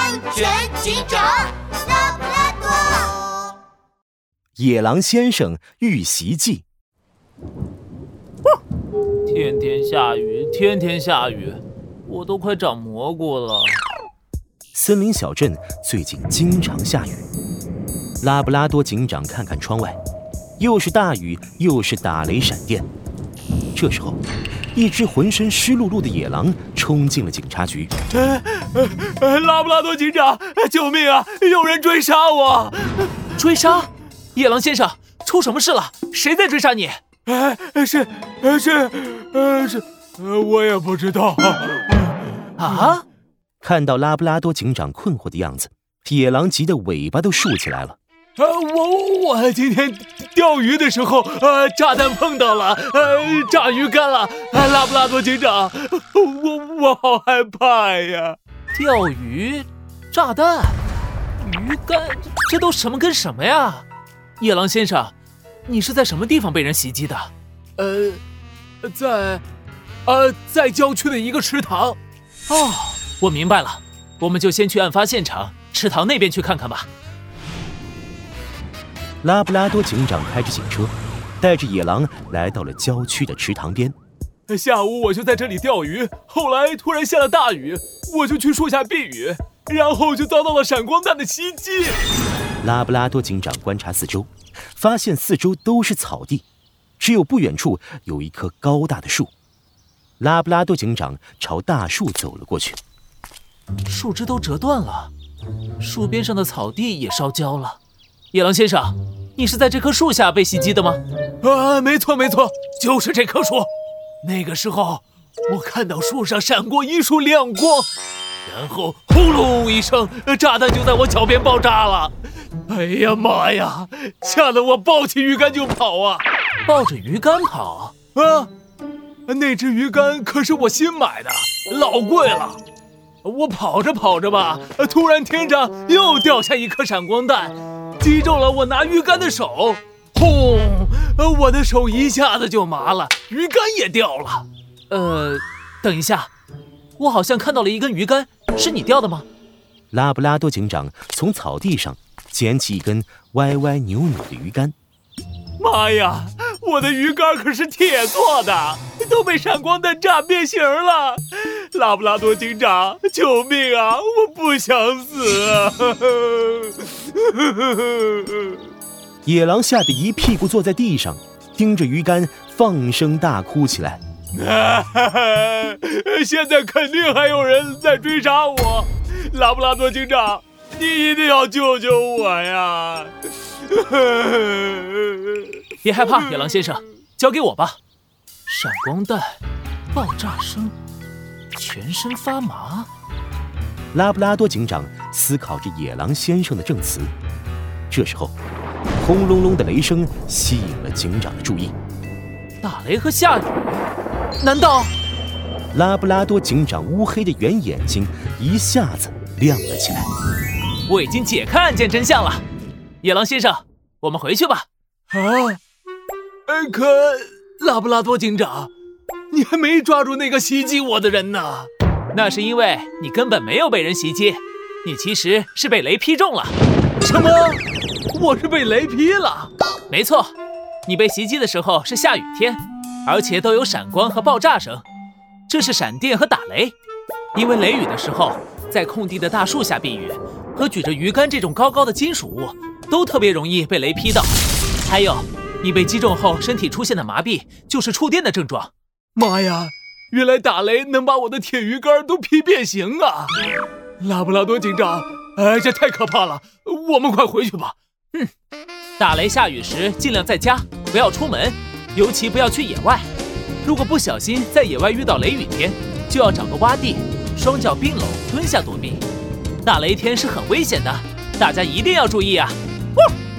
安全警长拉布拉多。 野狼先生遇袭记。 天天下雨，天天下雨，我都快长蘑菇了。 森林小镇最近经常下雨，拉布拉多警长看看窗外，又是大雨，又是打雷闪电。这时候，一只浑身湿漉漉的野狼冲进了警察局。 拉布拉多警长，救命啊！有人追杀我！追杀？野狼先生，出什么事了？谁在追杀你？ 是，我也不知道。 啊！ 看到拉布拉多警长困惑的样子，野狼急得尾巴都竖起来了。 我今天钓鱼的时候，炸弹碰到了，炸鱼竿了。拉布拉多警长，我好害怕呀！ 钓鱼，炸弹，鱼竿，这都什么跟什么呀？野狼先生，你是在什么地方被人袭击的？ 在郊区的一个池塘。 哦，我明白了，我们就先去案发现场池塘那边去看看吧。 拉布拉多警长开着警车，带着野狼来到了郊区的池塘边。 下午我就在这里钓鱼，后来突然下了大雨，我就去树下避雨，然后就遭到了闪光弹的袭击。 拉布拉多警长观察四周，发现四周都是草地，只有不远处有一棵高大的树。拉布拉多警长朝大树走了过去。 树枝都折断了，树边上的草地也烧焦了。野狼先生，你是在这棵树下被袭击的吗？ 没错，就是这棵树。那个时候，我看到树上闪过一束亮光，然后轰隆一声，炸弹就在我脚边爆炸了。哎呀妈呀！吓得我抱起鱼竿就跑啊！ 抱着鱼竿跑？ 那只鱼竿可是我新买的，老贵了。我跑着吧，突然天上又掉下一颗闪光弹，击中了我拿鱼竿的手，轰！我的手一下子就麻了，鱼竿也掉了。 等一下，我好像看到了一根鱼竿，是你掉的吗？ 拉布拉多警长从草地上捡起一根歪歪扭扭的鱼竿。 妈呀，我的鱼竿可是铁做的，都被闪光弹炸变形了！拉布拉多警长，救命啊！我不想死啊！ 野狼吓得一屁股坐在地上，盯着鱼竿放声大哭起来。 现在肯定还有人在追杀我，拉布拉多警长，你一定要救救我呀！ 别害怕，野狼先生，交给我吧。闪光弹，爆炸声，全身发麻。 拉布拉多警长思考着野狼先生的证词。这时候，轰隆隆的雷声吸引了警长的注意。 打雷和下雨？难道…… 拉布拉多警长乌黑的圆眼睛一下子亮了起来。 我已经解开案件真相了，野狼先生，我们回去吧。 可拉布拉多警长，你还没抓住那个袭击我的人呢。 那是因为你根本没有被人袭击，你其实是被雷劈中了。 什么？我是被雷劈了？ 没错，你被袭击的时候是下雨天，而且都有闪光和爆炸声，这是闪电和打雷。因为雷雨的时候，在空地的大树下避雨和举着鱼竿这种高高的金属物都特别容易被雷劈到。还有，你被击中后身体出现的麻痹就是触电的症状。 妈呀，原来打雷能把我的铁鱼竿都劈变形啊！拉布拉多警长，这太可怕了，我们快回去吧。 打雷下雨时尽量在家，不要出门，尤其不要去野外。如果不小心在野外遇到雷雨天，就要找个洼地，双脚并拢蹲下躲避。大雷天是很危险的，大家一定要注意啊！